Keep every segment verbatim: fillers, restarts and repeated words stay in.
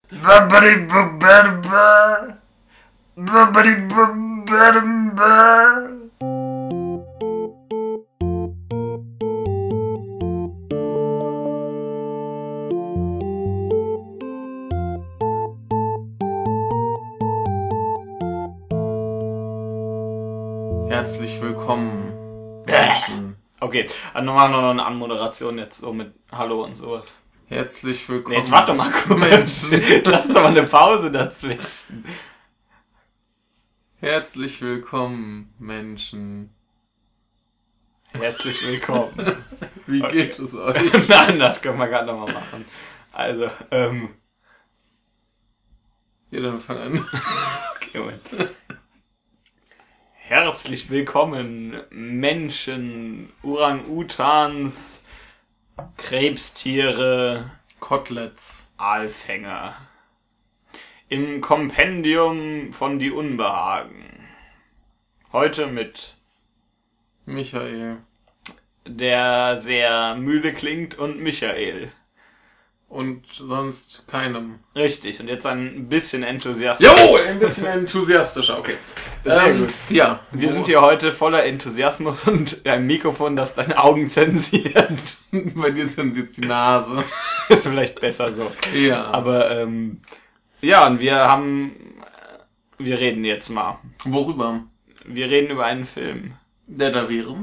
Babidi-bubba. Babidi-bubba. Herzlich willkommen, Menschen. Okay, dann machen wir noch eine Anmoderation jetzt so mit Hallo und sowas. Herzlich willkommen. Nee, jetzt warte doch mal kurz. Menschen. Lass doch mal eine Pause dazwischen. Herzlich willkommen, Menschen. Herzlich willkommen. Wie Okay. geht es euch? Nein, das können wir gerade nochmal machen. Also, ähm... Ja, dann fang an. Okay, Moment. Herzlich willkommen, Menschen, Orang-Utans, Krebstiere, Koteletts. Aalfänger. Im Kompendium von die Unbehagen. Heute mit Michael. der sehr müde klingt und Michael. Und sonst keinem. Richtig, und jetzt ein bisschen enthusiastisch. Jo, ein bisschen enthusiastischer, okay. Sehr Ähm, gut. Ja. Wir wo- sind hier heute voller Enthusiasmus und ein Mikrofon, das deine Augen zensiert. Bei dir sind jetzt die Nase. Ist vielleicht besser so. Ja. Aber, ähm, ja, und wir haben, wir reden jetzt mal. Worüber? Wir reden über einen Film. Der da wäre?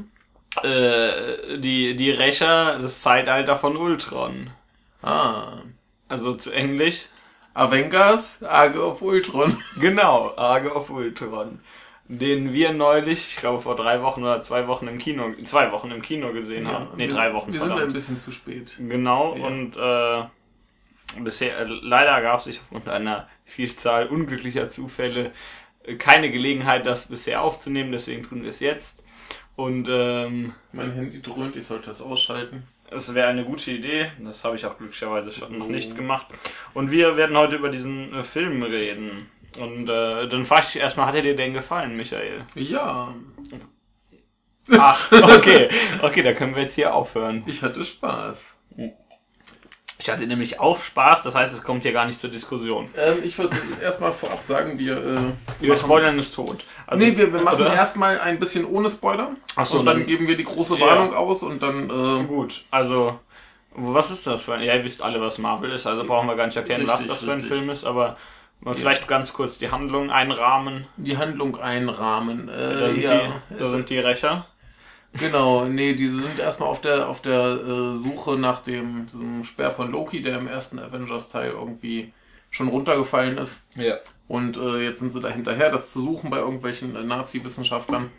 Äh, die, die Rächer, das Zeitalter von Ultron. Ah. Also zu Englisch. Avengers, Age of Ultron. Genau, Age of Ultron. Den wir neulich, ich glaube vor drei Wochen oder zwei Wochen im Kino, zwei Wochen im Kino gesehen haben. Nee, wir- drei Wochen, Wir sind verdammt. ein bisschen zu spät. Genau, Ja. und äh, bisher, äh, leider gab es sich aufgrund einer Vielzahl unglücklicher Zufälle äh, keine Gelegenheit, das bisher aufzunehmen, deswegen tun wir es jetzt. Und ähm, Mein Handy dröhnt, ich sollte das ausschalten. es wäre eine gute Idee, das habe ich auch glücklicherweise schon So. noch nicht gemacht. Und wir werden heute über diesen äh, Film reden. Und äh, dann frage ich dich erstmal, hat er dir denn gefallen, Michael? Ja, Ach, okay, okay, da können wir jetzt hier aufhören. ich hatte Spaß. Ich hatte nämlich auch Spaß, das heißt, es kommt hier gar nicht zur Diskussion. Ähm, ich würde erstmal vorab sagen, wir, äh, Wir spoilern ist tot. Also, nee, wir, wir machen oder? erstmal ein bisschen ohne Spoiler. Ach so, und dann, dann- geben wir die große Ja. Warnung aus und dann, äh, Gut, also, was ist das für ein... Ja, ihr wisst alle, was Marvel ist, also brauchen wir gar nicht erklären, was Richtig, das für ein richtig. Film ist, aber mal vielleicht ganz kurz die Handlung einrahmen. die Handlung einrahmen. Da Äh, sind, ja, die, da es- sind die Rächer. genau, nee, die sind erstmal auf der, auf der äh, Suche nach dem, diesem Speer von Loki, der im ersten Avengers-Teil irgendwie schon runtergefallen ist. Ja. Und äh, jetzt sind sie da hinterher, das zu suchen bei irgendwelchen äh, Nazi-Wissenschaftlern.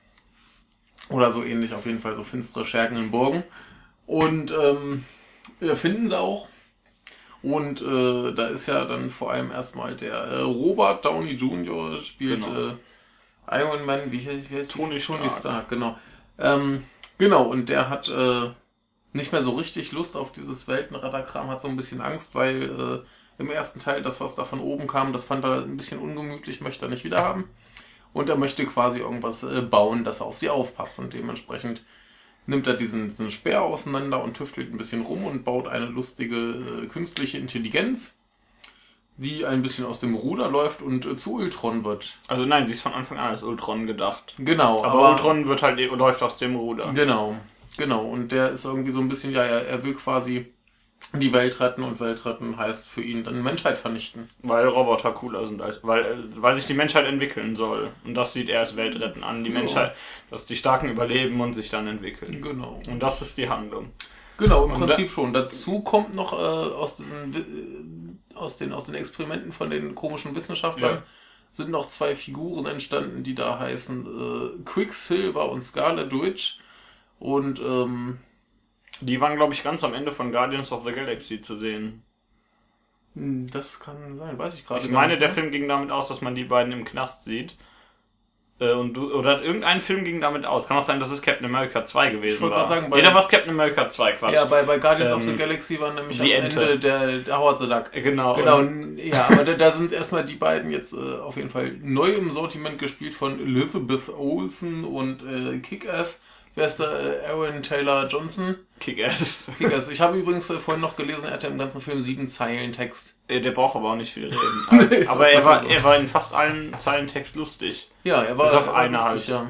Oder so ähnlich, auf jeden Fall so finstere Schergen in Burgen. Und ähm, ja, finden sie auch. Und äh, da ist ja dann vor allem erstmal der äh, Robert Downey Junior spielt Genau. äh, Iron Man, wie, wie heißt die? Tony Tony Stark. Stark, genau. Ähm, genau, und der hat äh, nicht mehr so richtig Lust auf dieses Weltenretterkram, hat so ein bisschen Angst, weil äh, im ersten Teil das, was da von oben kam, das fand er ein bisschen ungemütlich, möchte er nicht wieder haben. Und er möchte quasi irgendwas äh, bauen, das auf sie aufpasst. Und dementsprechend nimmt er diesen, diesen Speer auseinander und tüftelt ein bisschen rum und baut eine lustige äh, künstliche Intelligenz, die ein bisschen aus dem Ruder läuft und äh, zu Ultron wird. Also nein, sie ist von Anfang an als Ultron gedacht. Genau, Aber, Ultron wird halt, läuft aus dem Ruder. Genau, genau. Und der ist irgendwie so ein bisschen, ja, er, er will quasi die Welt retten und Welt retten heißt für ihn dann Menschheit vernichten. Weil Roboter cooler sind, als weil, äh, weil sich die Menschheit entwickeln soll. Und das sieht er als Weltretten an. Die Ja. Menschheit, dass die Starken überleben und sich dann entwickeln. Genau. Und das ist die Handlung. Genau, im Und Prinzip schon. Dazu kommt noch äh, aus diesen äh, aus den aus den Experimenten von den komischen Wissenschaftlern Ja. sind noch zwei Figuren entstanden, die da heißen äh, Quicksilver und Scarlet Witch. Und ähm, Die waren, glaube ich, ganz am Ende von Guardians of the Galaxy zu sehen. das kann sein, weiß ich gerade Ich gar meine, nicht der mehr. Film ging damit aus, dass man die beiden im Knast sieht. Äh, und du, oder irgendein Film ging damit aus. Kann auch sein, dass es Captain America zwei gewesen wollte war. gerade sagen, bei- Jeder was Captain America zwei, Quatsch. Ja, bei, bei Guardians of Ähm, the Galaxy war nämlich am die Ende Ente. der, der Howard the Duck. Äh, Genau. Genau, Und n- ja, aber da, da sind erstmal die beiden jetzt äh, auf jeden Fall neu im Sortiment gespielt von Elizabeth Olsen und äh, Kick-Ass. wer ist der? Äh, Aaron Taylor Johnson. Kick-Ass. Kick-Ass. Ich habe übrigens äh, vorhin noch gelesen, er hatte im ganzen Film sieben Zeilen Text. Ja, der braucht aber auch nicht viel reden. Nee, aber er ist war, so. er war in fast allen Zeilen Text lustig. Ja, er war, Bis auf er war eine lustig, halt. ja.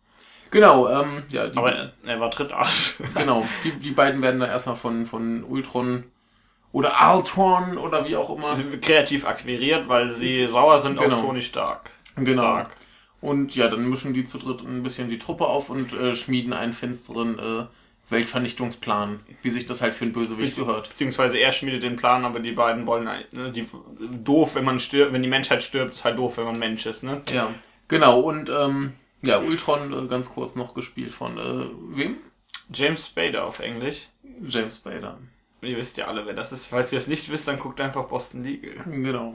Genau, ähm, ja, die, Aber er, er war Trittarsch. genau, die, die beiden werden da erstmal von, von Ultron oder Altron oder wie auch immer. Sie sind kreativ akquiriert, weil sie Ist- sauer sind genau. auf Tony Stark. Genau. Stark. Und ja, dann mischen die zu dritt ein bisschen die Truppe auf und äh, schmieden einen finsteren äh, Weltvernichtungsplan, wie sich das halt für einen Bösewicht gehört. Beziehungsweise er schmiedet den Plan, aber die beiden wollen halt, ne, die doof, wenn man stirbt, wenn die Menschheit stirbt, ist halt doof, wenn man Mensch ist, ne? Ja, genau. Und ähm, ja, Ultron äh, ganz kurz noch gespielt von äh, wem? James Spader auf Englisch. James Spader. Ihr wisst ja alle, wer das ist. Falls ihr es nicht wisst, dann guckt einfach Boston Legal. Genau.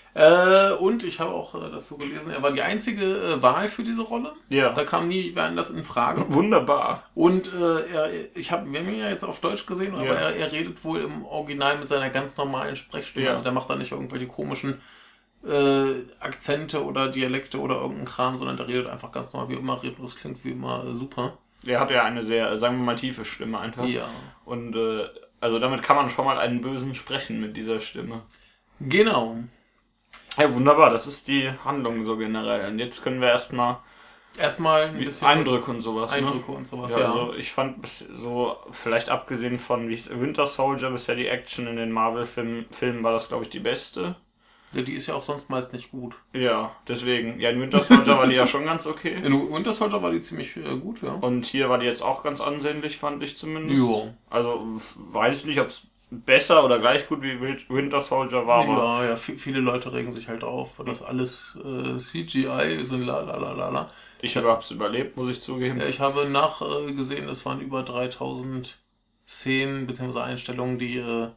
Äh, und ich habe auch äh, dazu gelesen, er war die einzige äh, Wahl für diese Rolle. Ja. Da kam nie wer anders in Frage. Wunderbar. Und äh, er, ich habe, wir haben ihn ja jetzt auf Deutsch gesehen, aber Ja. er, er redet wohl im Original mit seiner ganz normalen Sprechstimme. Ja. Also der macht da nicht irgendwelche komischen äh, Akzente oder Dialekte oder irgendeinen Kram, sondern der redet einfach ganz normal wie immer, redet, das klingt wie immer äh, super. Er hat ja eine sehr, sagen wir mal, tiefe Stimme einfach. Ja. Und äh, also damit kann man schon mal einen Bösen sprechen mit dieser Stimme. Genau. Ja, wunderbar. Das ist die Handlung so generell. Und jetzt können wir erstmal Erstmal ein bisschen Eindrücke und sowas. Eindrücke ne? und sowas, Ja, ja. also ich fand bis so, vielleicht abgesehen von wie es Winter Soldier, bisher die Action in den Marvel-Filmen Filmen war das, glaube ich, die beste. Ja, die ist ja auch sonst meist nicht gut. Ja, deswegen. Ja, in Winter Soldier war die ja schon ganz okay. In Winter Soldier war die ziemlich äh, gut, ja. Und hier war die jetzt auch ganz ansehnlich, fand ich zumindest. Ja. Also w- weiß ich nicht, ob es besser oder gleich gut wie Win- Winter Soldier war, aber Ja, ja, vi- viele Leute regen sich halt auf, weil das alles äh, C G I ist und la la la la la. ich habe es überlebt, muss ich zugeben. Ja, ich habe nachgesehen, es waren über dreitausend Szenen bzw. Einstellungen, die äh,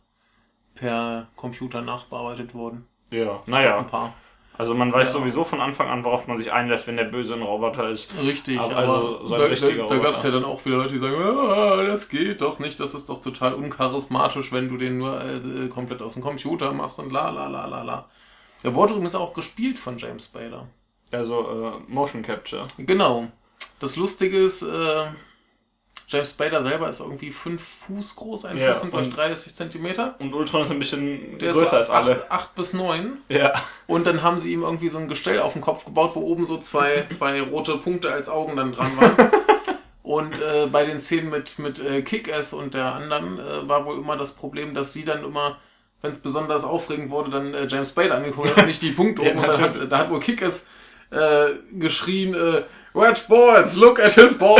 per Computer nachbearbeitet wurden. Ja, Ein naja. paar. Also man weiß Ja. sowieso von Anfang an, worauf man sich einlässt, wenn der Böse ein Roboter ist. Richtig, Aber aber, also so ein da, richtiger da, da gab es Roboter. ja dann auch viele Leute, die sagen, ah, das geht doch nicht, das ist doch total uncharismatisch, wenn du den nur äh, komplett aus dem Computer machst und la la la la la. Der wurde übrigens auch gespielt von James Spader. Also äh, Motion Capture. Genau. Das Lustige ist, äh, James Spader selber ist irgendwie fünf Fuß groß, ein Ja, Fuß und, und- dreißig Zentimeter. Und Ultron ist ein bisschen Der größer ist als so alle. acht bis neun. Ja. Und dann haben sie ihm irgendwie so ein Gestell auf den Kopf gebaut, wo oben so zwei, zwei rote Punkte als Augen dann dran waren. Und äh, bei den Szenen mit, mit äh, Kick-Ass und der anderen äh, war wohl immer das Problem, dass sie dann immer, wenn es besonders aufregend wurde, dann äh, James Spader angeguckt hat und nicht die Punkte Ja, oben. Und dann natürlich. hat, da hat wohl Kick-Ass äh, geschrien, äh, Red Balls, look at his balls.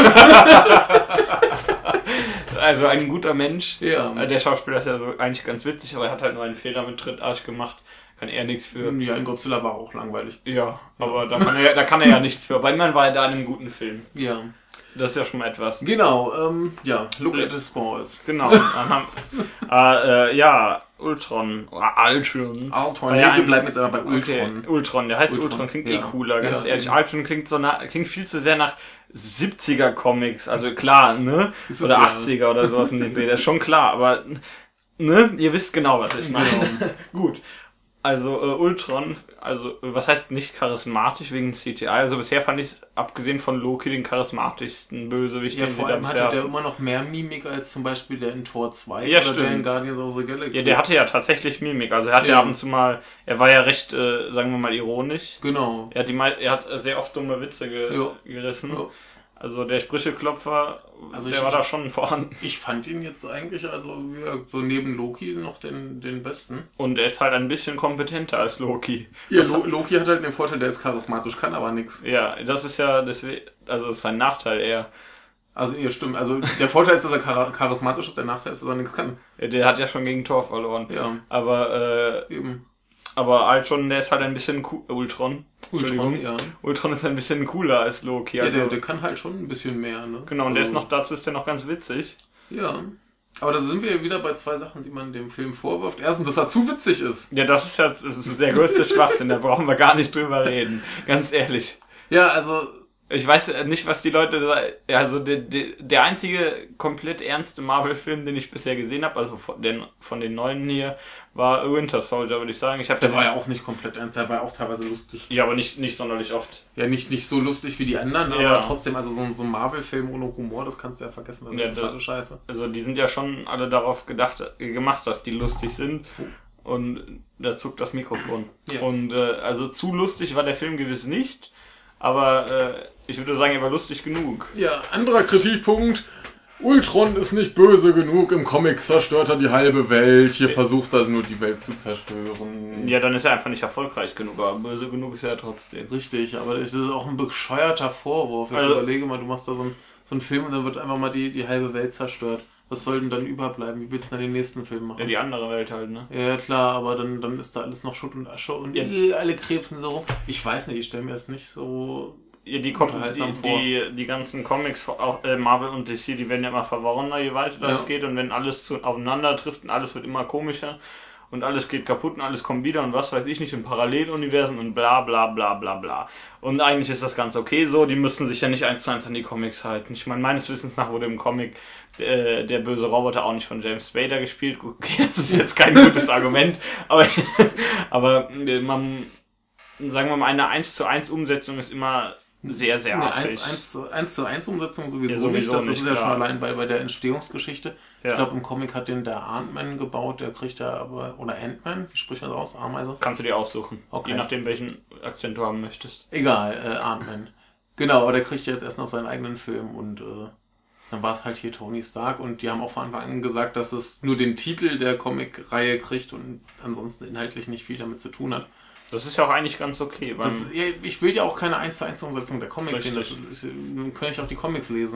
Also ein guter Mensch. Ja. Äh, Der Schauspieler ist ja so eigentlich ganz witzig, aber er hat halt nur einen Fehler mit Trittarsch gemacht. Kann er nichts für. Ja, in Godzilla war auch langweilig. Ja, aber da kann, er, ja- da kann er ja nichts für. Bei mir war er da in einem guten Film. Ja. Das ist ja schon mal etwas. Genau, ähm, ja, look at his balls. Genau. Dann haben, äh, äh, ja, Ultron. Ah, Ultron. Ultron, Ah, ja, nee, wir ein- bleiben jetzt aber bei Ultron. Okay, Ultron, der heißt Ultron, Ultron, klingt ja. eh cooler, ganz Ja, ehrlich. eben. Ultron klingt so nach, klingt viel zu sehr nach siebziger Comics, also klar, ne? Ist es Oder ja. achtziger oder sowas in dem Dreh, das ist schon klar, aber ne, ihr wisst genau, was ich meine. Genau. Gut. Also äh, Ultron, also äh, was heißt nicht charismatisch wegen C G I? Also bisher fand ich, abgesehen von Loki, den charismatischsten Bösewicht, Ja, den vor sie da allem bisher hatte der immer noch mehr Mimik als zum Beispiel der in Tor zwei Ja, oder der in stimmt. Guardians of the Galaxy. Ja, der hatte ja tatsächlich Mimik. Also er hatte ja. Ja. ab und zu mal, er war ja recht, äh, sagen wir mal, ironisch. Genau. Er hat, die, mei- er hat sehr oft dumme Witze ge Ja. gerissen. Ja. Also der Sprücheklopfer, Also der ich- war da schon vorhanden. Ich fand ihn jetzt eigentlich, also ja, so neben Loki noch den, den besten. Und er ist halt ein bisschen kompetenter als Loki. Ja, Das- Lo Loki hat halt den Vorteil, der ist charismatisch, kann aber nichts. Ja, das ist ja, deswegen, also das ist sein Nachteil eher. Also ja, stimmt. Also der Vorteil ist, dass er char charismatisch ist, der Nachteil ist, dass er nichts kann. Der hat ja schon gegen Thor verloren. Ja, Aber, äh, eben. aber Ultron, der ist halt ein bisschen cool. Ultron. Ultron, Entschuldigung. ja. Ultron ist ein bisschen cooler als Loki. Ja, Also, der, der kann halt schon ein bisschen mehr, ne? genau, und der ist Also, noch, dazu ist der noch ganz witzig. Ja. Aber da sind wir ja wieder bei zwei Sachen, die man dem Film vorwirft. Erstens, dass er zu witzig ist. Ja, das ist ja das ist der größte Schwachsinn, da brauchen wir gar nicht drüber reden. Ganz ehrlich. Ja, also Ich weiß nicht, was die Leute da. Also der, der, der einzige komplett ernste Marvel-Film, den ich bisher gesehen habe, also von den, von den neuen hier, war Winter Soldier, würde ich sagen. Ich hab Der den- war ja auch nicht komplett ernst, der war ja auch teilweise lustig. Ja, aber nicht, nicht sonderlich oft. Ja, nicht, nicht so lustig wie die anderen, Ja. aber trotzdem, also so, so ein Marvel-Film ohne Humor, das kannst du ja vergessen, das ist Ja, ja, totale das- Scheiße. Also die sind ja schon alle darauf gedacht, äh, gemacht, dass die lustig sind. Und da zuckt das Mikrofon. Ja. Und äh, also zu lustig war der Film gewiss nicht. Aber äh, ich würde sagen, er war lustig genug. Ja, anderer Kritikpunkt. Ultron ist nicht böse genug. Im Comic zerstört er die halbe Welt. Hier versucht er nur die Welt zu zerstören. Ja, dann ist er einfach nicht erfolgreich genug, aber böse genug ist er ja trotzdem. Richtig, aber das ist auch ein bescheuerter Vorwurf. Jetzt Also- überlege mal, du machst da so einen, so einen Film und dann wird einfach mal die, die halbe Welt zerstört. Was soll denn dann überbleiben? Wie willst du denn den nächsten Film machen? Ja, die andere Welt halt, ne? Ja, klar, aber dann, dann ist da alles noch Schutt und Asche und Ja. äh, alle krebsen so rum. Ich weiß nicht, ich stelle mir das nicht so... Ja, die, kommen, die, Unterhaltsam vor. die, die ganzen Comics, auch äh, Marvel und D C, die werden ja immer verworrener, je weiter das Ja. geht. Und wenn alles zu, aufeinander trifft und alles wird immer komischer und alles geht kaputt und alles kommt wieder und was weiß ich nicht in Paralleluniversen und bla bla bla bla bla. Und eigentlich ist das ganz okay so, die müssen sich ja nicht eins zu eins an die Comics halten. Ich meine, meines Wissens nach wurde im Comic äh, der böse Roboter auch nicht von James Spader gespielt. Gut, okay, das ist jetzt kein gutes Argument, aber, aber äh, man, sagen wir mal, eine eins zu eins Umsetzung ist immer sehr, sehr Ja, happig. eins zu eins Umsetzung sowieso, Ja, sowieso nicht. Das nicht, ist ja klar. schon allein bei, bei der Entstehungsgeschichte. Ja. Ich glaube, im Comic hat den der Ant-Man gebaut, der kriegt ja aber, oder Ant-Man, wie spricht man das aus? Ameise? Kannst du dir aussuchen. Okay. Je nachdem, welchen Akzent du haben möchtest. Egal, äh, Ant-Man. Genau, aber der kriegt ja jetzt erst noch seinen eigenen Film und äh, dann war es halt hier Tony Stark und die haben auch von Anfang an gesagt, dass es nur den Titel der Comic-Reihe kriegt und ansonsten inhaltlich nicht viel damit zu tun hat. Das ist ja auch eigentlich ganz okay. Beim, Das, ja, ich will ja auch keine eins zu eins Umsetzung der Comics sehen, das Richtig. ist, dann kann ich auch die Comics lesen.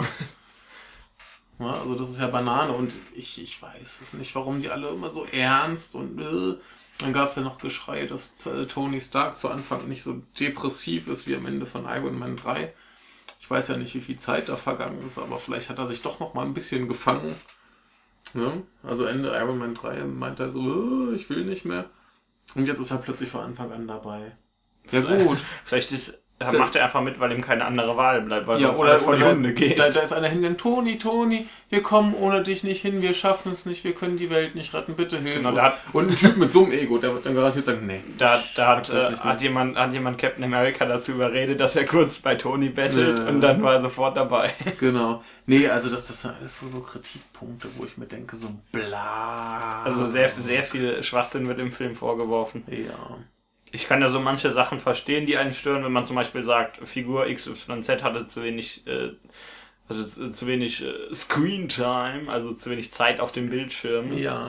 Ja, also das ist ja Banane und ich, ich weiß es nicht, warum die alle immer so ernst und äh, dann gab es ja noch Geschrei, dass äh, Tony Stark zu Anfang nicht so depressiv ist wie am Ende von Iron Man drei. Ich weiß ja nicht, wie viel Zeit da vergangen ist, aber vielleicht hat er sich doch noch mal ein bisschen gefangen. Ja? Also Ende Iron Man drei meint er so, äh, ich will nicht mehr. Und jetzt ist er plötzlich von Anfang an dabei. Ja gut. Vielleicht ist, macht er einfach mit, weil ihm keine andere Wahl bleibt, weil Ja, sonst oder, alles vor die oder Hunde geht. Da, da ist einer hingegangen, Toni, Toni, wir kommen ohne dich nicht hin, wir schaffen es nicht, wir können die Welt nicht retten, bitte hilf Genau, uns. der hat- Und ein Typ mit so einem Ego, der wird dann garantiert sagen, nee. Da, da hat, ich das äh, nicht mehr. hat, jemand, hat jemand Captain America dazu überredet, dass er kurz bei Tony bettelt Ja. und dann war er sofort dabei. Genau. Nee, also das, das sind alles so, so Kritikpunkte, wo ich mir denke, so bla. Also sehr, sehr viel Schwachsinn wird im Film vorgeworfen. Ja. Ich kann ja so manche Sachen verstehen, die einen stören, wenn man zum Beispiel sagt, Figur X Y Z hatte zu wenig, äh, also zu, zu wenig äh, Screen Time, also zu wenig Zeit auf dem Bildschirm. Ja.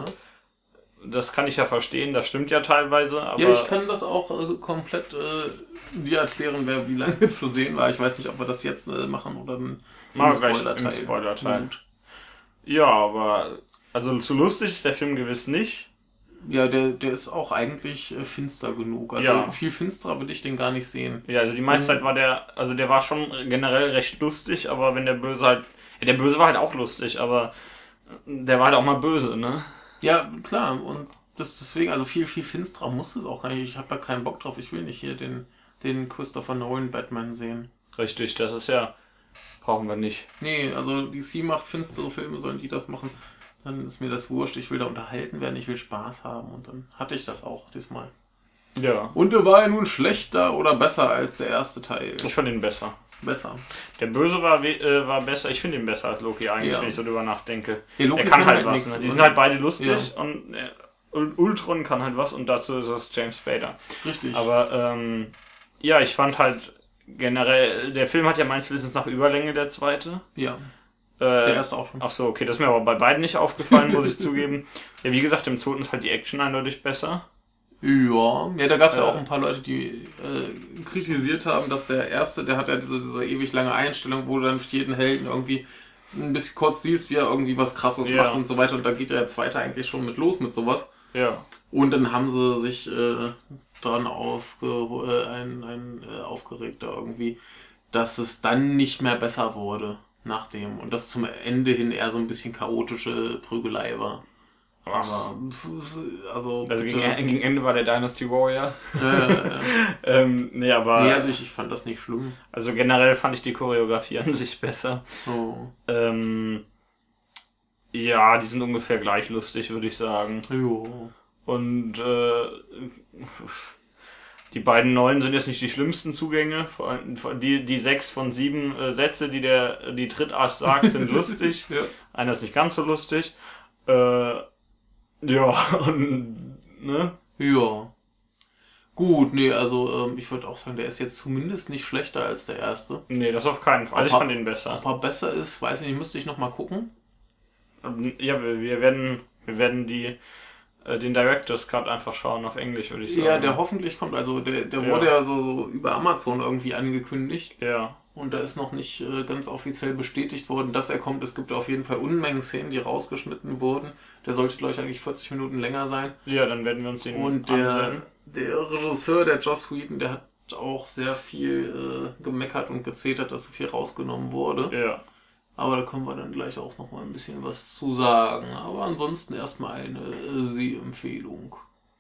Das kann ich ja verstehen, das stimmt ja teilweise, aber Ja, ich kann das auch äh, komplett äh, dir erklären, wer wie lange zu sehen war. Ich weiß nicht, ob wir das jetzt äh, machen oder im, im Machen wir gleich Spoiler-Teil. im Spoiler-Teil. Gut. ja, aber also zu lustig ist der Film gewiss nicht. Ja, der, der ist auch eigentlich äh, finster genug. Also Ja. viel finsterer würde ich den gar nicht sehen. Ja, also die meiste Zeit war der, also der war schon generell recht lustig, aber wenn der Böse halt, ja, der Böse war halt auch lustig, aber der war halt auch mal böse, ne? Ja, klar. Und das deswegen, also viel, viel finsterer muss es auch gar nicht. Ich habe da keinen Bock drauf. Ich will nicht hier den, den Christopher Nolan Batman sehen. Richtig, das ist ja, brauchen wir nicht. Nee, also D C macht finstere Filme, sollen die das machen. Dann ist mir das wurscht. Ich will da unterhalten werden, ich will Spaß haben. Und dann hatte ich das auch diesmal. Ja, Und der war ja nun schlechter oder besser als der erste Teil. ich fand ihn besser. Besser. Der Böse war, we- äh, war besser, ich finde ihn besser als Loki eigentlich, Ja. wenn ich so drüber nachdenke. Ja, Loki er kann, kann halt halt was, nichts, ne? Die und- sind halt beide lustig Ja. und äh, Ul- Ultron kann halt was und dazu ist es James Spader. Richtig. Aber ähm, ja, ich fand halt generell, der Film hat ja meines Wissens nach Überlänge, der zweite. ja, Äh, der erste auch schon. Ach so, okay, das ist mir aber bei beiden nicht aufgefallen, muss ich zugeben. Ja, wie gesagt, im zweiten ist halt die Action eindeutig besser. Ja, ja, da gab es ja Äh. auch ein paar Leute, die äh, kritisiert haben, dass der erste, der hat ja diese, diese ewig lange Einstellung, wo du dann für jeden Helden irgendwie ein bisschen kurz siehst, wie er irgendwie was Krasses Ja. macht und so weiter. Und da geht der zweite eigentlich schon mit los mit sowas. Ja. Und dann haben sie sich äh, dran aufge äh, ein, ein, äh, aufgeregt da irgendwie, dass es dann nicht mehr besser wurde nach dem. Und das zum Ende hin eher so ein bisschen chaotische Prügelei war. Aber, also, Also bitte. gegen, gegen Ende war der Dynasty Warrior. Äh, äh. ähm, nee, aber Nee, also ich, ich fand das nicht schlimm. also generell fand ich die Choreografie an sich besser. Oh. Ähm, ja, die sind ungefähr gleich lustig, würde ich sagen. Jo. Und äh, die beiden neuen sind jetzt nicht die schlimmsten Zugänge. Vor allem Die, die sechs von sieben äh, Sätze, die der die Trittarsch sagt, sind lustig. Ja. Einer ist nicht ganz so lustig. Äh, ja, und ne? Ja. Gut, nee, also ähm, ich würde auch sagen, der ist jetzt zumindest nicht schlechter als der erste. Nee, das auf keinen Fall. Also ich Ob er- fand ihn besser. Ob er besser ist, weiß ich nicht, müsste ich nochmal gucken. Ja, wir, wir werden wir werden die äh, den Director's Cut einfach schauen auf Englisch, würde ich sagen. Ja, der hoffentlich kommt. Also der, der Ja. wurde ja so, so über Amazon irgendwie angekündigt. Ja. Und da ist noch nicht äh, ganz offiziell bestätigt worden, dass er kommt. Es gibt auf jeden Fall Unmengen Szenen, die rausgeschnitten wurden. Der sollte, glaube ich, eigentlich vierzig Minuten länger sein. Ja, dann werden wir uns den Und der, ansehen. der Regisseur, der Joss Whedon, der hat auch sehr viel äh, gemeckert und gezetert, dass so viel rausgenommen wurde. Ja. Aber da können wir dann gleich auch noch mal ein bisschen was zu sagen. Aber ansonsten erstmal eine äh, Sehempfehlung.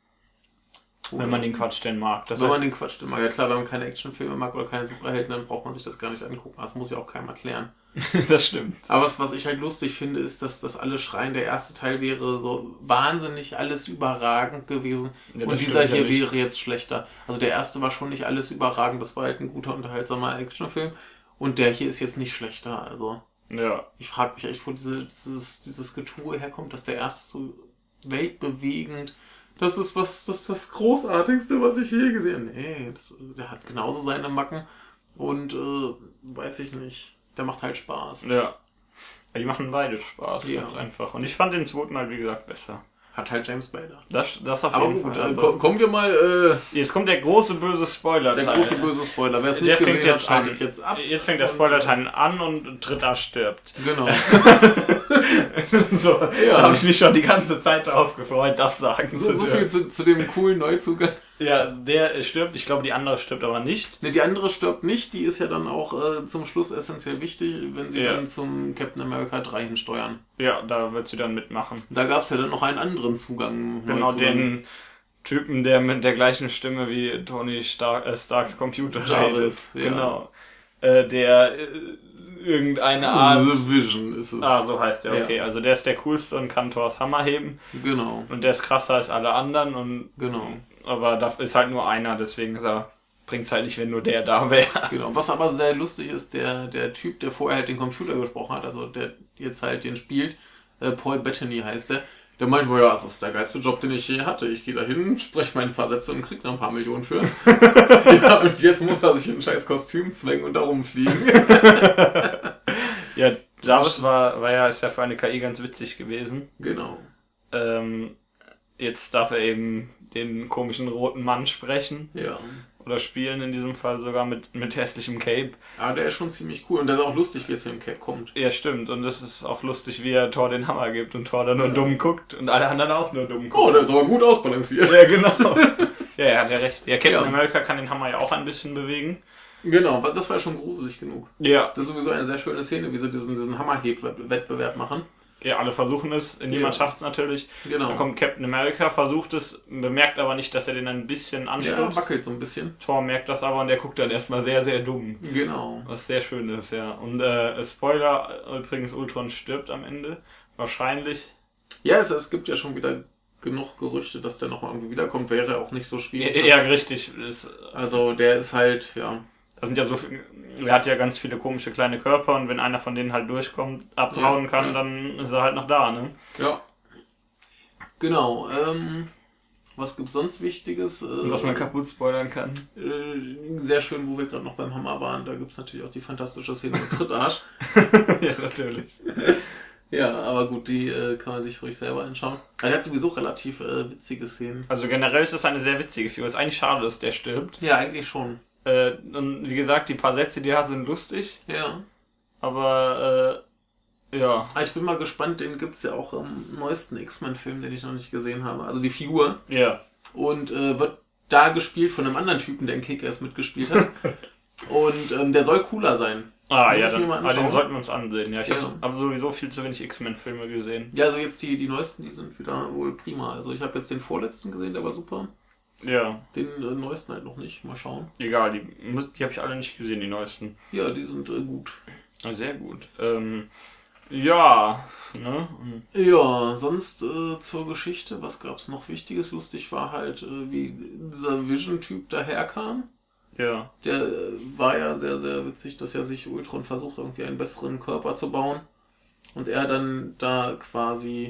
Wenn man den Quatsch denn mag. Das wenn heißt, man den Quatsch denn mag. Ja klar, wenn man keine Actionfilme mag oder keine Superhelden, dann braucht man sich das gar nicht angucken. Das muss ja auch keinem erklären. das stimmt. Aber was, was ich halt lustig finde, ist, dass das alle schreien, der erste Teil wäre so wahnsinnig alles überragend gewesen. Ja, das und dieser stimmt ja hier nicht. wäre jetzt schlechter. Also der erste war schon nicht alles überragend. Das war halt ein guter, unterhaltsamer Actionfilm. Und der hier ist jetzt nicht schlechter. Also Ja. ich frage mich echt, wo diese, dieses, dieses Getue herkommt, dass der erste so weltbewegend, das ist was, das ist das Großartigste, was ich je gesehen habe. Nee, das, der hat genauso seine Macken und äh, weiß ich nicht, der macht halt Spaß. Ja. Ja, die machen beide Spaß, Ja. ganz einfach. Und ich fand den zweiten halt, wie gesagt, besser. Hat halt James Bader. Das, das auf Aber jeden gut, Fall. äh, Also, ko- kommen wir mal, äh, jetzt kommt der große böse Spoiler. der große böse Spoiler. Wer es nicht Der fängt gesehen hat, jetzt an. schaltet jetzt ab. Jetzt fängt der Spoiler-Teil an und Dritter stirbt. Genau. so, Ja. da habe ich mich schon die ganze Zeit darauf gefreut, das sagen So, zu so dürfen. viel zu, zu dem coolen Neuzugang. Ja, der stirbt. Ich glaube, die andere stirbt aber nicht. Ne, die andere stirbt nicht, die ist ja dann auch äh, zum Schluss essentiell wichtig, wenn sie Ja. dann zum Captain America drei hinsteuern. Ja, da wird sie dann mitmachen. Da gab es ja dann noch einen anderen Zugang. Genau, Neuzugang. den Typen, der mit der gleichen Stimme wie Tony Stark, äh, Starks Computer Jarvis, redet. ja. Genau. Äh, der äh, irgendeine Art... The Vision ist es. Ah, so heißt der, okay. Ja. Also der ist der coolste und kann Thors Hammer heben. Genau, Und der ist krasser als alle anderen. Und genau, aber da ist halt nur einer, deswegen ist er, bringt's halt nicht, wenn nur der da wäre. genau. Was aber sehr lustig ist, der, der Typ, der vorher halt den Computer gesprochen hat, also der jetzt halt den spielt, äh, Paul Bettany heißt der, der meint, ja, das ist der geilste Job, den ich je hatte. Ich gehe da hin, spreche meine paar Sätze und krieg noch ein paar Millionen für. Ja, und jetzt muss er sich in ein scheiß Kostüm zwängen und da rumfliegen. Ja, Jarvis war, war ja, ist ja für eine K I ganz witzig gewesen. Genau. Ähm, jetzt darf er eben den komischen roten Mann sprechen. Ja. Oder spielen in diesem Fall sogar mit, mit hässlichem Cape. Aber der ist schon ziemlich cool. Und das ist auch lustig, wie er zu dem Cap kommt. Ja, stimmt. Und es ist auch lustig, wie er Thor den Hammer gibt und Thor dann nur Ja. dumm guckt und alle anderen auch nur dumm Oh, gucken. der ist aber gut ausbalanciert. Ja, genau. Ja, er hat ja recht. Ja, Captain Ja. America kann den Hammer ja auch ein bisschen bewegen. Genau, das war schon gruselig genug. Ja. Das ist sowieso eine sehr schöne Szene, wie sie diesen, diesen Hammerheb-Wettbewerb machen. Ja, alle versuchen es. Niemand Ja. schafft es natürlich. Genau. Dann kommt Captain America, versucht es, bemerkt aber nicht, dass er den ein bisschen Der anstupst. wackelt so ein bisschen. Thor merkt das aber und der guckt dann erstmal sehr, sehr dumm. Genau. Was sehr schön ist, ja. Und äh, Spoiler, übrigens, Ultron stirbt am Ende. Wahrscheinlich. Ja, es, es gibt ja schon wieder genug Gerüchte, dass der nochmal irgendwie wiederkommt. Wäre auch nicht so schwierig. Ja, richtig. Ist, Also der ist halt, ja. da sind ja so viele, er hat ja ganz viele komische kleine Körper und wenn einer von denen halt durchkommt, abhauen Ja, kann, ja. dann ist er halt noch da, ne? Ja. Genau. Ähm, was gibt's sonst Wichtiges? Äh, Und was man kaputt spoilern kann. äh, sehr schön, wo wir gerade noch beim Hammer waren. Da gibt's natürlich auch die fantastische Szene mit Trittarsch. Ja, natürlich. Ja, aber gut, die äh, kann man sich ruhig selber anschauen. Er hat sowieso relativ äh, witzige Szenen. Also generell ist es eine sehr witzige Figur. Ist eigentlich schade, dass der stirbt. Ja, eigentlich schon. Äh, und wie gesagt, die paar Sätze, die er hat, sind lustig. Ja. Aber, äh, ja. Aber ich bin mal gespannt, den gibt's ja auch im neuesten X-Men-Film, den ich noch nicht gesehen habe. Also die Figur. Ja. Und äh, wird da gespielt von einem anderen Typen, der in Kick-Ass mitgespielt hat. Und ähm, der soll cooler sein. Ah, Muss ja, ich mir dann, mal ah, den anschauen. sollten wir uns ansehen. Ja, ich Ja. habe hab sowieso viel zu wenig X-Men-Filme gesehen. Ja, also jetzt die, die neuesten, die sind wieder wohl prima. Also ich habe jetzt den vorletzten gesehen, der war super. Ja, Den äh, neuesten halt noch nicht. Mal schauen. egal, die, muss- die habe ich alle nicht gesehen, die neuesten. Ja, die sind äh, gut. Ah, sehr gut. Ähm, Ja, ne? Und Ja, sonst äh, zur Geschichte, was gab's noch Wichtiges? Lustig war halt, äh, wie dieser Vision-Typ daherkam. ja. Der äh, war ja sehr, sehr witzig, dass ja sich Ultron versucht, irgendwie einen besseren Körper zu bauen. Und er dann da quasi,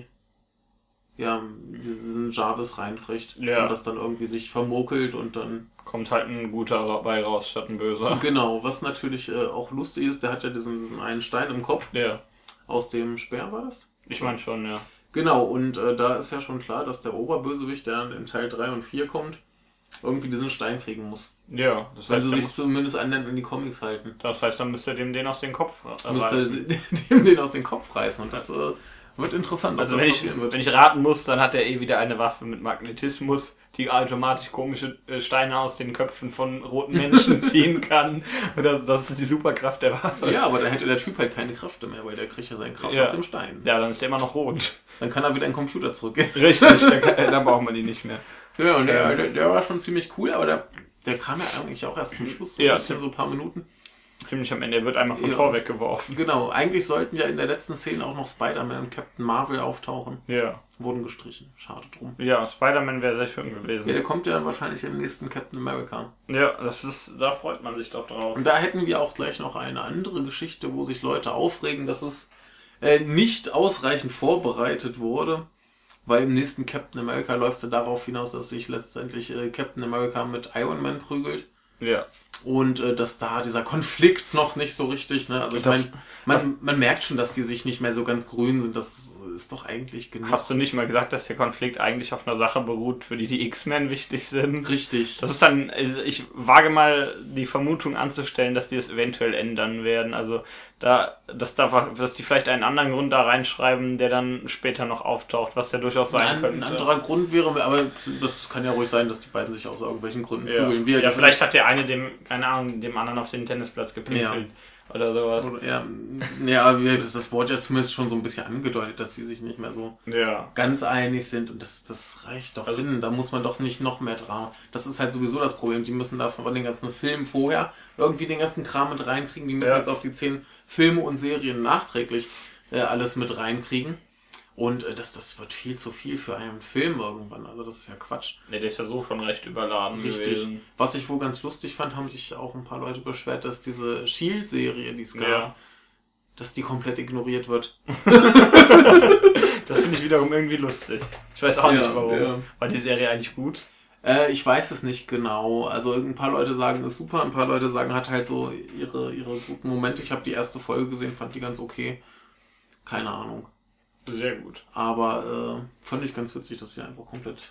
ja, diesen Jarvis reinkriegt. Ja. Und das dann irgendwie sich vermokelt und dann... Kommt halt ein guter bei raus, statt ein böser. Genau, was natürlich äh, auch lustig ist, der hat ja diesen, diesen einen Stein im Kopf. Ja. Aus dem Speer war das? Ich meine schon, ja. Genau, und äh, da ist ja schon klar, dass der Oberbösewicht, der in Teil drei und vier kommt, irgendwie diesen Stein kriegen muss. Ja, das Weil heißt, sie der sich muss, zumindest annähernd an die Comics halten. das heißt, dann müsste dem den aus dem Kopf Müsste reißen. sie- dem den aus dem Kopf reißen. Und das äh, wird interessant, Also ob wenn das ich, passieren wird. wenn ich raten muss, dann hat er eh wieder eine Waffe mit Magnetismus, die automatisch komische äh, Steine aus den Köpfen von roten Menschen ziehen kann. Und das, das ist die Superkraft der Waffe. Ja, aber dann hätte der Typ halt keine Kräfte mehr, weil der kriegt ja seine Kraft Ja. aus dem Stein. Ja, dann ist er immer noch rot. Dann kann er wieder in den Computer zurückgehen. Richtig, dann, kann- dann braucht man die nicht mehr. Ja, und der, der, der war schon ziemlich cool, aber der, der kam ja eigentlich auch erst zum Schluss, so ein Ja. bisschen, so ein paar Minuten. Ziemlich am Ende. Er wird einmal vom Ja. Tor weggeworfen. Genau, eigentlich sollten ja in der letzten Szene auch noch Spider-Man und Captain Marvel auftauchen. Ja. Wurden gestrichen. Schade drum. Ja, Spider-Man wäre sehr schön Ja, gewesen. der kommt ja dann wahrscheinlich im nächsten Captain America. Ja, das ist, da freut man sich doch drauf. Und da hätten wir auch gleich noch eine andere Geschichte, wo sich Leute aufregen, dass es äh, nicht ausreichend vorbereitet wurde. Weil im nächsten Captain America läuft es ja darauf hinaus, dass sich letztendlich äh, Captain America mit Iron Man prügelt. Ja. Und äh, dass da dieser Konflikt noch nicht so richtig, ne? Also ich Das- meine, man, man merkt schon, dass die sich nicht mehr so ganz grün sind. Das ist doch eigentlich genug. Hast du nicht mal gesagt, dass der Konflikt eigentlich auf einer Sache beruht, für die die X-Men wichtig sind? Richtig. Das ist dann, also ich wage mal die Vermutung anzustellen, dass die es eventuell ändern werden. Also da, dass da, dass die vielleicht einen anderen Grund da reinschreiben, der dann später noch auftaucht, was ja durchaus sein Ein, könnte. ein anderer Grund wäre, aber das kann ja ruhig sein, dass die beiden sich aus irgendwelchen Gründen Ja, prügeln. Wir, ja vielleicht hat der eine dem, keine Ahnung, dem anderen auf den Tennisplatz gepinkelt oder sowas. Oder, ja, ja, wie das, das Wort ja zumindest schon so ein bisschen angedeutet, dass die sich nicht mehr so Ja. ganz einig sind und das, das reicht doch Also- hin. Da muss man doch nicht noch mehr Drama. Das ist halt sowieso das Problem. Die müssen da von den ganzen Filmen vorher irgendwie den ganzen Kram mit reinkriegen. Die müssen Ja. jetzt auf die zehn Filme und Serien nachträglich äh, alles mit reinkriegen. Und äh, das, das wird viel zu viel für einen Film irgendwann. Also das ist ja Quatsch. Ne, der ist ja so schon recht überladen Richtig. gewesen. Was ich wohl ganz lustig fand, haben sich auch ein paar Leute beschwert, dass diese Shield-Serie, die es gab, Ja. dass die komplett ignoriert wird. Das finde ich wiederum irgendwie lustig. Ich weiß auch Ja, nicht warum. ja. War die Serie eigentlich gut? Äh, ich weiß es nicht genau. Also ein paar Leute sagen, ist super, ein paar Leute sagen, hat halt so ihre, ihre guten Momente. Ich habe die erste Folge gesehen, fand die ganz okay. Keine Ahnung. Sehr gut. Aber äh, fand ich ganz witzig, dass sie einfach komplett...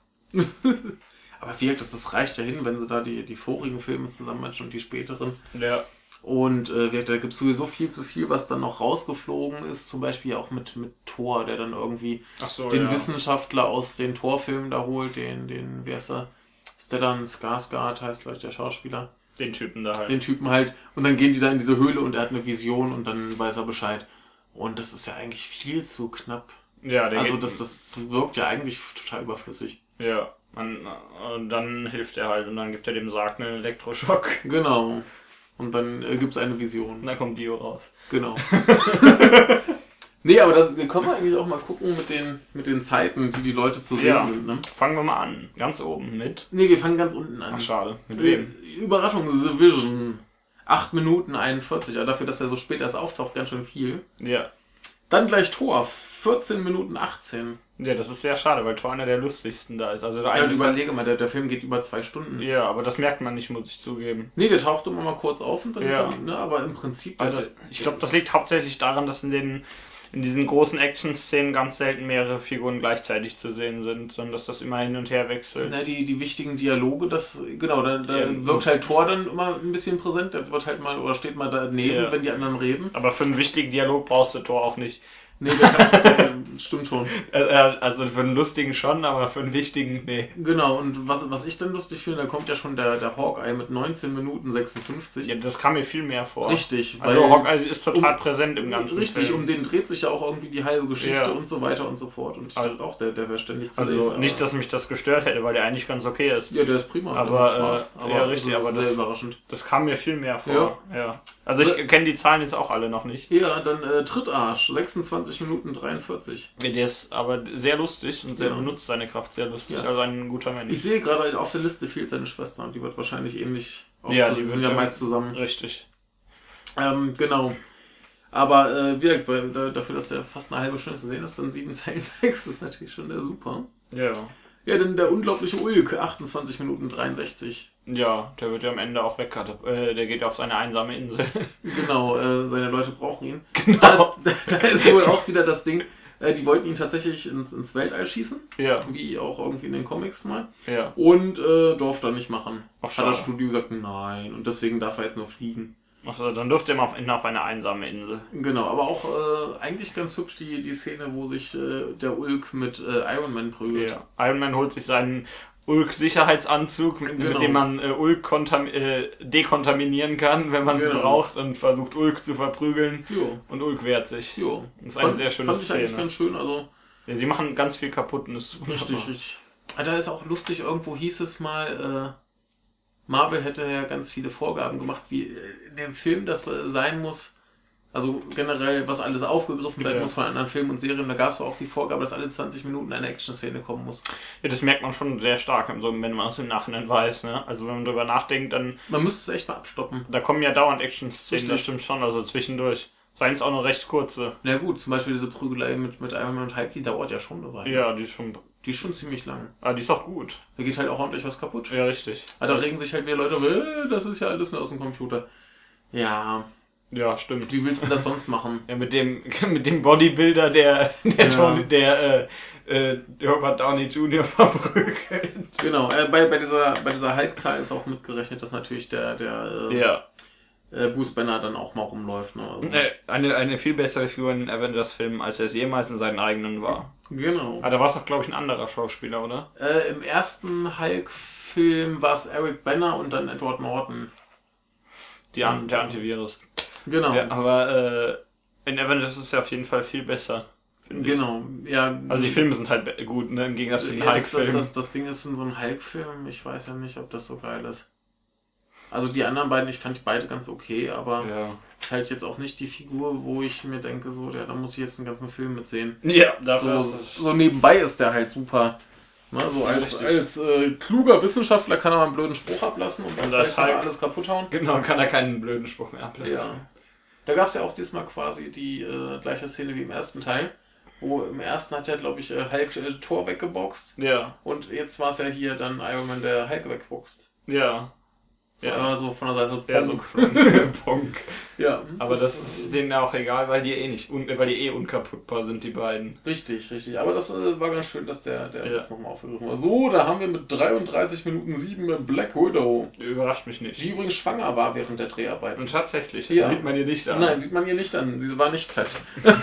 Aber wie gesagt, das, das reicht ja hin, wenn sie da die, die vorigen Filme zusammenmatchen und die späteren. Ja. Und äh, da gibt es sowieso viel zu viel, was dann noch rausgeflogen ist. Zum Beispiel auch mit, mit Thor, der dann irgendwie Ach so, den ja. Wissenschaftler aus den Thor-Filmen da holt. Den, den, wie heißt er? Stellan Skarsgård heißt gleich der Schauspieler. Den Typen da halt. Den Typen halt. Und dann gehen die da in diese Höhle und er hat eine Vision und dann weiß er Bescheid. Und das ist ja eigentlich viel zu knapp. Ja, der Also geht, das, das wirkt ja eigentlich total überflüssig. Ja, man, und dann hilft er halt und dann gibt er dem Sarg einen Elektroschock. Genau. Und dann äh, gibt es eine Und Vision. dann kommt Dio raus. Genau. Nee, aber das, wir können wir eigentlich auch mal gucken mit den, mit den Zeiten, die die Leute zu sehen Ja. sind. Ne? Fangen wir mal an. Ganz oben mit. Nee, wir fangen ganz unten an. Ach, schade. Mit Äh, wem? Überraschung, The Vision. acht Minuten einundvierzig, aber dafür, dass er so spät erst auftaucht, ganz schön viel. Ja. Dann gleich Thor, vierzehn Minuten achtzehn. Ja, das ist sehr schade, weil Thor einer der lustigsten da ist. Also da Ja, und eigentlich überlege mal, der, der Film geht über zwei Stunden. ja, aber das merkt man nicht, muss ich zugeben. Nee, der taucht immer mal kurz auf und dann Ja. ist er, ne, aber im Prinzip... Weil das, ich glaube, das liegt hauptsächlich daran, dass in den in diesen großen Action-Szenen ganz selten mehrere Figuren gleichzeitig zu sehen sind, sondern dass das immer hin und her wechselt. Na, die, die wichtigen Dialoge, das, genau, da, da Ja. wirkt halt Thor dann immer ein bisschen präsent, der wird halt mal, oder steht mal daneben, Ja. wenn die anderen reden. Aber für einen wichtigen Dialog brauchst du Thor auch nicht. Nee, der, kann, der stimmt schon. Also für einen lustigen schon, aber für einen wichtigen, nee. Genau, und was, was ich dann lustig finde, da kommt ja schon der, der Hawkeye mit neunzehn Minuten sechsundfünfzig. Ja, das kam mir viel mehr vor. Richtig. Also weil Hawkeye ist total um, präsent im ganzen Richtig, Film. um den dreht sich ja auch irgendwie die halbe Geschichte ja. und so weiter und so fort. Und ich also, dachte auch, der, der wäre ständig zu Also sehen, nicht, dass mich das gestört hätte, weil der eigentlich ganz okay ist. Ja, der ist prima. Aber, äh, aber ja, richtig, aber sehr das, überraschend. Das kam mir viel mehr vor. Ja. ja. Also ich kenne die Zahlen jetzt auch alle noch nicht. Ja, dann äh, Trittarsch, sechsundzwanzig Minuten dreiundvierzig. Der ist aber sehr lustig und der ja. benutzt seine Kraft sehr lustig, ja. also ein guter Mensch. Ich sehe gerade auf der Liste fehlt seine Schwester und die wird wahrscheinlich ähnlich ja, die sind ja meist zusammen. Richtig. Ähm, genau. Aber äh, wie gesagt, dafür, dass der fast eine halbe Stunde zu sehen ist, dann sieben Zeilen Text, ist natürlich schon der super. Ja. Ja, dann der unglaubliche Ulk, achtundzwanzig Minuten dreiundsechzig. Ja, der wird ja am Ende auch weg. Äh, der geht auf seine einsame Insel. Genau, äh, seine Leute brauchen ihn. Genau. Da ist, da ist wohl auch wieder das Ding, äh, die wollten ihn tatsächlich ins, ins Weltall schießen. Ja. Wie auch irgendwie in den Comics mal. Ja. Und äh, durfte er nicht machen. Ach, hat das Studio gesagt, nein. Und deswegen darf er jetzt nur fliegen. Achso, dann durfte er mal auf, auf eine einsame Insel. Genau, aber auch äh, eigentlich ganz hübsch die, die Szene, wo sich äh, der Ulk mit äh, Iron Man prügelt. Ja. Iron Man holt sich seinen Ulk-Sicherheitsanzug, mit, genau. mit dem man äh, Ulk kontam äh, dekontaminieren kann, wenn man es genau. braucht, und versucht Ulk zu verprügeln. Jo. Und Ulk wehrt sich. Jo. Das ist eine fand, sehr schöne fand ich Szene. eigentlich ganz schön, also... Ja, sie machen ganz viel kaputt und ist Richtig, richtig. Da ist auch lustig, irgendwo hieß es mal... Äh, Marvel hätte ja ganz viele Vorgaben gemacht, wie in dem Film das sein muss, also generell, was alles aufgegriffen werden ja. muss von anderen Filmen und Serien. Da gab es auch die Vorgabe, dass alle zwanzig Minuten eine Action-Szene kommen muss. Ja, das merkt man schon sehr stark, wenn man es im Nachhinein weiß. Ne? Also wenn man darüber nachdenkt, dann... Man müsste es echt mal abstoppen. Da kommen ja dauernd Action-Szenen, Richtig. das stimmt schon, also zwischendurch. Seien es auch noch recht kurze. Na gut, zum Beispiel diese Prügelei mit, mit Iron Man und Hulk, die dauert ja schon eine Weile. Ja, die ist schon... Die ist schon ziemlich lang. Aber die ist auch gut. Da geht halt auch ordentlich was kaputt. Ja, richtig. Aber da regen sich halt wieder Leute, äh, das ist ja alles nur aus dem Computer. Ja. Ja, stimmt. Wie willst du das sonst machen? Ja, mit dem mit dem Bodybuilder, der der, Ja. Tony, der äh, äh, Robert Downey Junior verprügelt. Genau, äh, bei, bei dieser, bei dieser Hulk-Zahl ist auch mitgerechnet, dass natürlich der, der äh, Ja. äh, Bruce Banner dann auch mal rumläuft. Ne? Also, Äh, Eine, eine viel bessere Figur in den Avengers-Filmen, als er es jemals in seinen eigenen war. genau. Aber da war es doch, glaube ich, ein anderer Schauspieler, oder? Äh, Im ersten Hulk-Film war es Eric Banner und dann Edward Norton. Die An der Antivirus. Genau. Ja, aber äh, in Avengers ist es ja auf jeden Fall viel besser. finde ich. Genau, ja. Also die Filme sind halt be- gut, ne, im Gegensatz zu den ja, das, das, Hulk-Filmen. das, das Ding ist in so einem Hulk-Film, ich weiß ja nicht, ob das so geil ist. Also die anderen beiden, ich fand die beide ganz okay, aber Ja. ist halt jetzt auch nicht die Figur, wo ich mir denke, so, ja, da muss ich jetzt einen ganzen Film mitsehen. Ja, dafür So, ist das. so nebenbei ist der halt super. Ne, so als, Richtig. als äh, kluger Wissenschaftler kann er mal einen blöden Spruch ablassen und als Und als Hulk kann er Hulk- alles kaputt hauen. Genau, kann er keinen blöden Spruch mehr ablassen. Ja. Da gab es ja auch diesmal quasi die äh, gleiche Szene wie im ersten Teil. Wo im ersten hat ja, glaube ich, äh, Hulk äh, Thor weggeboxt. Ja, Und jetzt war es ja hier dann Iron Man, der Hulk wegboxt. ja. So Ja. einmal so von der Seite. Ja, so Pong. Pong. Ja, Aber das ist denen auch egal, weil die eh nicht, un weil die eh unkaputtbar sind, die beiden. Richtig, richtig. Aber das äh, war ganz schön, dass der, der Ja. jetzt nochmal aufgegriffen war. So, da haben wir mit dreiunddreißig Minuten sieben mit Black Widow, Überrascht mich nicht. die übrigens schwanger war während der Dreharbeiten. Und tatsächlich, Ja. sieht man ihr nicht an. Nein, sieht man ihr nicht an. Sie war nicht fett.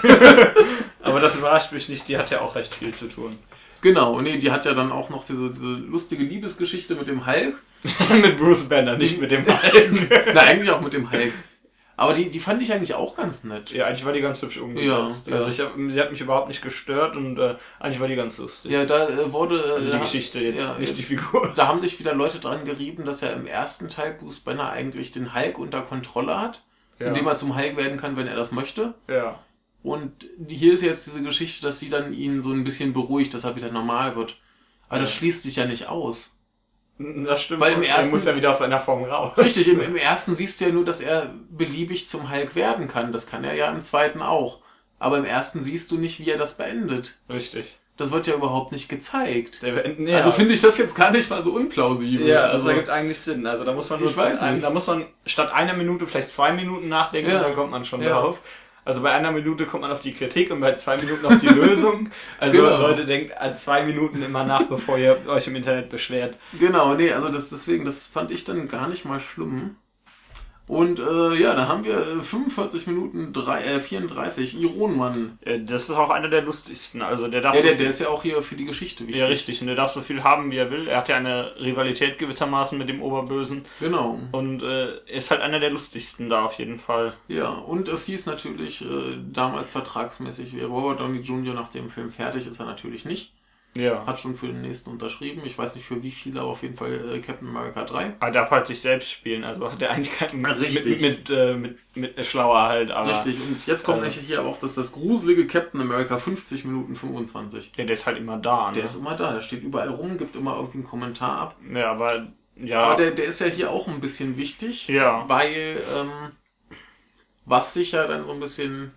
Aber das überrascht mich nicht, die hat ja auch recht viel zu tun. Genau, nee, die hat ja dann auch noch diese, diese lustige Liebesgeschichte mit dem Hulk. Mit Bruce Banner, nicht mit dem Hulk. Na, eigentlich auch mit dem Hulk. Aber die, die fand ich eigentlich auch ganz nett. Ja, eigentlich war die ganz hübsch umgesetzt. Ja, ja. Also ich hab, sie hat mich überhaupt nicht gestört und äh, eigentlich war die ganz lustig. Ja, da äh, wurde... Äh, Also die da- Geschichte jetzt, ja, nicht ja. die Figur. Da haben sich wieder Leute dran gerieben, dass ja im ersten Teil Bruce Banner eigentlich den Hulk unter Kontrolle hat, Ja. indem er zum Hulk werden kann, wenn er das möchte. Ja. Und hier ist jetzt diese Geschichte, dass sie dann ihn so ein bisschen beruhigt, dass er wieder normal wird. Aber das schließt sich ja nicht aus. Das stimmt. Weil im Er ersten- muss ja wieder aus seiner Form raus. Richtig, im, im ersten siehst du ja nur, dass er beliebig zum Hulk werden kann. Das kann er ja im zweiten auch. Aber im ersten siehst du nicht, wie er das beendet. Richtig. Das wird ja überhaupt nicht gezeigt. Der beenden, ja. Also finde ich das jetzt gar nicht mal so unplausibel. Ja, das also, ergibt eigentlich Sinn. Also da muss man nur Ich weiß nicht. da muss man statt einer Minute vielleicht zwei Minuten nachdenken Ja. und dann kommt man schon Ja. drauf. Also bei einer Minute kommt man auf die Kritik und bei zwei Minuten auf die Lösung. Also Genau. Leute, denkt an zwei Minuten immer nach, bevor ihr euch im Internet beschwert. Genau, nee, also das, deswegen, das fand ich dann gar nicht mal schlimm. Und äh, ja, da haben wir äh, fünfundvierzig Minuten drei, äh, vierunddreißig, Ironman. Äh, Das ist auch einer der lustigsten. Also der darf Ja, so der, viel, der ist ja auch hier für die Geschichte wichtig. ja richtig, und der darf so viel haben, wie er will. Er hat ja eine Rivalität gewissermaßen mit dem Oberbösen. Genau. Und äh, er ist halt einer der lustigsten da auf jeden Fall. Ja, und es hieß natürlich äh, damals vertragsmäßig, wie Robert Downey Junior nach dem Film fertig ist er natürlich nicht. Ja. Hat schon für den nächsten unterschrieben. Ich weiß nicht für wie viele, aber auf jeden Fall äh, Captain America drei. Er darf halt sich selbst spielen, also hat er eigentlich keinen Richtig. mit, mit, äh, mit, mit schlauer halt, aber. Richtig, und jetzt kommt äh, nämlich hier aber auch das, das gruselige Captain America fünfzig Minuten fünfundzwanzig. Ja, der ist halt immer da, ne? Der ist immer da, der steht überall rum, gibt immer irgendwie einen Kommentar ab. Ja, aber ja. Aber der, der ist ja hier auch ein bisschen wichtig, Ja. weil ähm, was sich ja dann so ein bisschen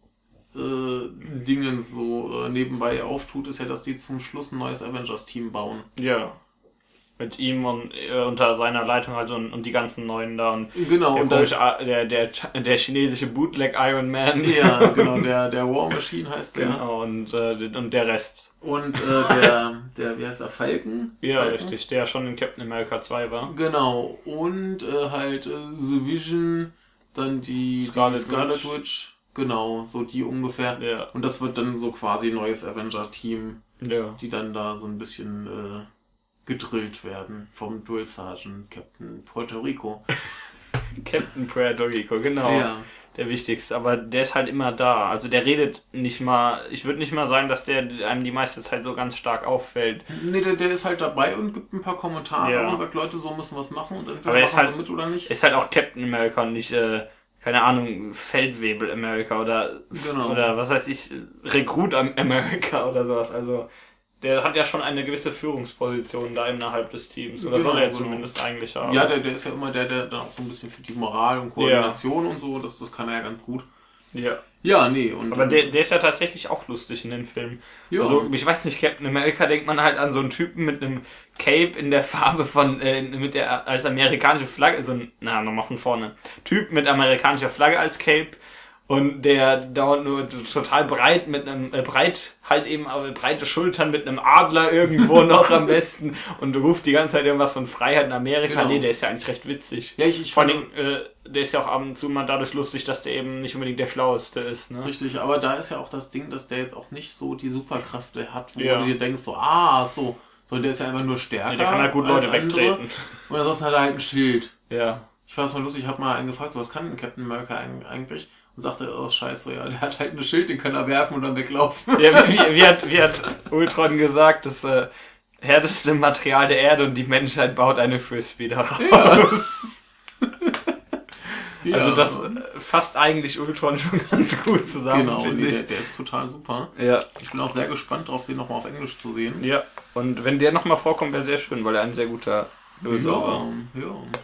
äh, Dingen so äh, nebenbei auftut, ist ja, dass die zum Schluss ein neues Avengers-Team bauen. Ja. Mit ihm und äh, unter seiner Leitung also und, und die ganzen Neuen da und Genau, der, und komische, dann, der, der, der chinesische Bootleg Iron Man. ja, genau, der, der War Machine heißt der. Genau, und, äh, und der Rest. Und äh, der, der, wie heißt der, Falcon? Ja, Falcon? richtig, der schon in Captain America zwei war. Genau, und äh, halt äh, The Vision, dann die Scarlet die Scarlet Witch. Witch. Genau, so die ungefähr. Ja. Und das wird dann so quasi ein neues Avenger-Team, Ja. die dann da so ein bisschen äh, gedrillt werden vom Drill Sergeant Captain Puerto Rico. Captain Puerto Rico, genau. Ja. Der wichtigste, aber der ist halt immer da. Also der redet nicht mal, ich würde nicht mal sagen, dass der einem die meiste Zeit so ganz stark auffällt. Nee, der, der ist halt dabei und gibt ein paar Kommentare Ja. und sagt, Leute, so müssen wir es machen und entweder Aber er machen ist halt- sie mit oder nicht. Ist halt auch Captain America und nicht, äh, keine Ahnung, Feldwebel America oder, Genau. oder was weiß ich, Rekrut America oder sowas. Also der hat ja schon eine gewisse Führungsposition da innerhalb des Teams. Oder Genau, soll er genau. zumindest eigentlich haben. Ja, der, der ist ja immer der, der dann auch so ein bisschen für die Moral und Koordination und so, das, das kann er ja ganz gut. Ja. Ja, nee. Und Aber der, der ist ja tatsächlich auch lustig in den Filmen. ja. Also, ich weiß nicht, Captain America denkt man halt an so einen Typen mit einem Cape in der Farbe von, äh, mit der, als amerikanische Flagge, so ein, na, nochmal von vorne. Typ mit amerikanischer Flagge als Cape und der dauert nur total breit mit einem, äh, breit, halt eben, aber breite Schultern mit einem Adler irgendwo noch am besten und ruft die ganze Zeit irgendwas von Freiheit in Amerika. Genau. Nee, der ist ja eigentlich recht witzig. Ja, ich, ich Vor fand allem, äh, der ist ja auch ab und zu mal dadurch lustig, dass der eben nicht unbedingt der Schlaueste ist, ne? richtig, aber da ist ja auch das Ding, dass der jetzt auch nicht so die Superkräfte hat, wo Ja. du dir denkst, so, ah, so, sondern der ist ja einfach nur stärker. Ja, der kann halt gut als Leute andere. wegtreten. Und ansonsten hat er halt ein Schild. Ja. Ich fand es mal lustig, ich habe mal einen gefragt, so, was kann denn Captain America eig- eigentlich? Und sagte, oh scheiße, ja, der hat halt ein Schild, den kann er werfen und dann weglaufen. Ja, wie, wie, wie, hat, wie hat Ultron gesagt, das äh, härteste Material der Erde und die Menschheit baut eine Frisbee daraus. Ja. Also das äh, fasst eigentlich Ultron schon ganz gut zusammen, Genau, finde nee, ich. der, der ist total super. Ja. Ich bin auch sehr gespannt drauf, den nochmal auf Englisch zu sehen. Ja, und wenn der nochmal vorkommt, wäre sehr schön, weil er ein sehr guter Böser war. ja.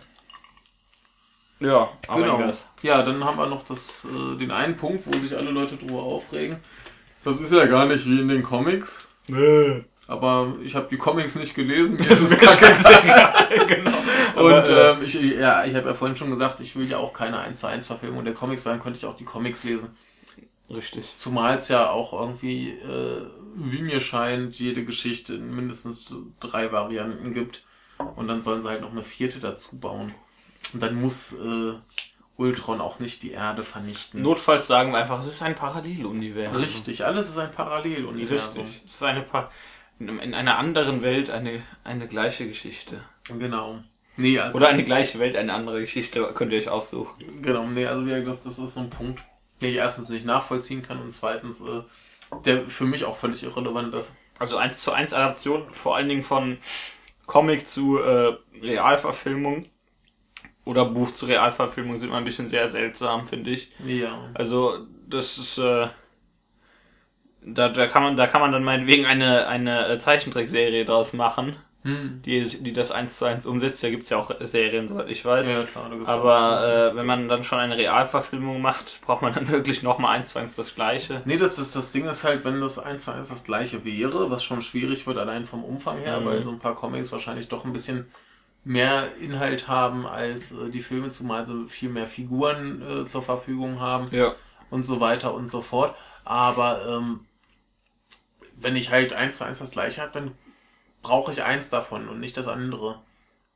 Ja, Genau. Avengers. Ja, dann haben wir noch das, äh, den einen Punkt, wo sich alle Leute drüber aufregen. Das ist ja gar nicht wie in den Comics. Nee. Aber ich habe die Comics nicht gelesen. Mir ist es kacke. Genau. Und Aber, äh, ähm, ich, ja, ich habe ja vorhin schon gesagt, ich will ja auch keine eins zu eins Verfilmung der Comics, weil dann könnte ich auch die Comics lesen. Richtig. Zumal es ja auch irgendwie, äh, wie mir scheint, jede Geschichte in mindestens drei Varianten gibt. Und dann sollen sie halt noch eine vierte dazu bauen. Und dann muss äh, Ultron auch nicht die Erde vernichten. Notfalls sagen wir einfach, es ist ein Paralleluniversum. Richtig, alles ist ein Paralleluniversum. Richtig. Es ist eine pa in, in einer anderen Welt eine, eine gleiche Geschichte. Genau. Nee, also, Oder eine gleiche Welt, eine andere Geschichte, könnt ihr euch aussuchen. genau, nee, also wie gesagt, das, das ist so ein Punkt, den ich erstens nicht nachvollziehen kann und zweitens, äh, der für mich auch völlig irrelevant ist. Also eins zu eins Adaption, vor allen Dingen von Comic zu äh, Realverfilmung oder Buch zu Realverfilmung sind immer ein bisschen sehr seltsam, finde ich. Ja. Also das ist äh, da, da kann man da kann man dann meinetwegen eine eine Zeichentrickserie draus machen, Hm. die die das eins zu eins umsetzt. Da gibt's ja auch Serien, soweit ich weiß. Ja, klar, da gibt's Aber auch. äh, wenn man dann schon eine Realverfilmung macht, braucht man dann wirklich nochmal eins zu eins das Gleiche. Nee, das, ist, das Ding ist halt, wenn das eins zu eins das gleiche wäre, was schon schwierig wird, allein vom Umfang her, Mhm. weil so ein paar Comics wahrscheinlich doch ein bisschen mehr Inhalt haben als äh, die Filme, zumal sie viel mehr Figuren äh, zur Verfügung haben Ja. und so weiter und so fort. Aber ähm, wenn ich halt eins zu eins das gleiche habe, dann brauche ich eins davon und nicht das andere.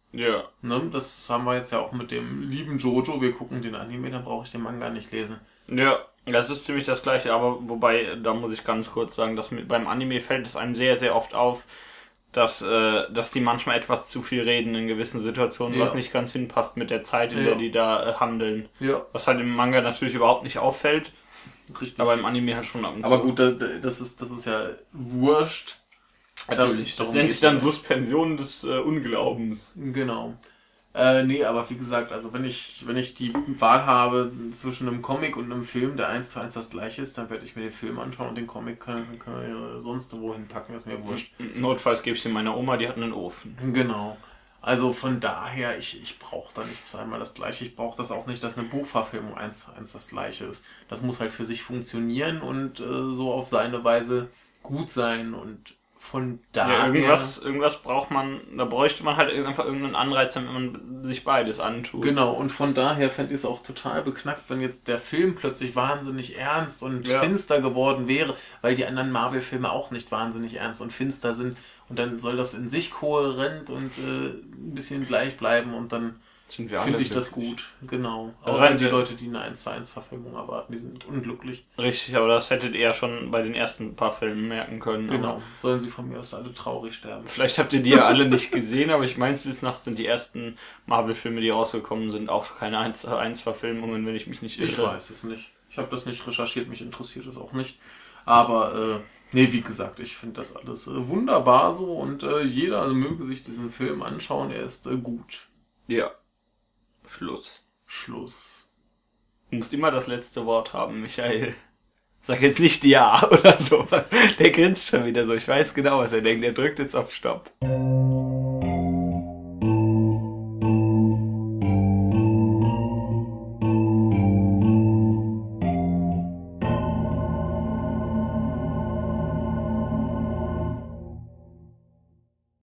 Ja. Ne? Das haben wir jetzt ja auch mit dem lieben Jojo. Wir gucken den Anime, dann brauche ich den Manga nicht lesen. Ja, das ist ziemlich das Gleiche, aber wobei, da muss ich ganz kurz sagen, dass mit, beim Anime fällt es einem sehr, sehr oft auf, dass, äh, dass die manchmal etwas zu viel reden in gewissen Situationen, Ja. was nicht ganz hinpasst mit der Zeit, in Ja. der die da äh, handeln. Ja, Was halt im Manga natürlich überhaupt nicht auffällt, richtig. aber im Anime halt schon ab und zu. Aber gut, da- da- das ist, das ist ja wurscht. natürlich. Da- Das darum nennt geht's sich dann ja. Suspension des äh, Unglaubens. Genau. Äh, nee, aber wie gesagt, also wenn ich, wenn ich die Wahl habe zwischen einem Comic und einem Film, der eins zu eins das gleiche ist, dann werde ich mir den Film anschauen und den Comic kann, kann ich sonst wohin packen, ist mir wurscht. Notfalls gebe ich den meiner Oma, die hat einen Ofen. Genau. Also von daher, ich, ich brauche da nicht zweimal das gleiche. Ich brauche das auch nicht, dass eine Buchverfilmung eins zu eins das gleiche ist. Das muss halt für sich funktionieren und äh, so auf seine Weise gut sein und von daher... Ja, irgendwas, irgendwas braucht man, da bräuchte man halt einfach irgendeinen Anreiz, damit man sich beides antut. Genau, und von daher fände ich es auch total beknackt, wenn jetzt der Film plötzlich wahnsinnig ernst und Ja. finster geworden wäre, weil die anderen Marvel-Filme auch nicht wahnsinnig ernst und finster sind. Und dann soll das in sich kohärent und äh, ein bisschen gleich bleiben und dann Sind wir alle finde ich das glücklich. gut. Genau. Also Außer rein die der- Leute, die eine eins zu eins Verfilmung erwarten, die sind unglücklich. Richtig, aber das hättet ihr ja schon bei den ersten paar Filmen merken können. Genau. Aber Sollen sie von mir aus alle traurig sterben. vielleicht habt ihr die ja alle nicht gesehen, aber ich meins bis nach sind die ersten Marvel-Filme, die rausgekommen sind, auch keine eins zu eins Verfilmungen, wenn ich mich nicht irre. Ich weiß es nicht. Ich habe das nicht recherchiert, mich interessiert es auch nicht. Aber, äh, nee, wie gesagt, ich finde das alles äh, wunderbar so und äh, jeder möge sich diesen Film anschauen, er ist äh, gut. Ja. Schluss. Schluss. Du musst immer das letzte Wort haben, Michael. Sag jetzt nicht ja oder so. Der grinst schon wieder so. Ich weiß genau, was er denkt. Er drückt jetzt auf Stopp.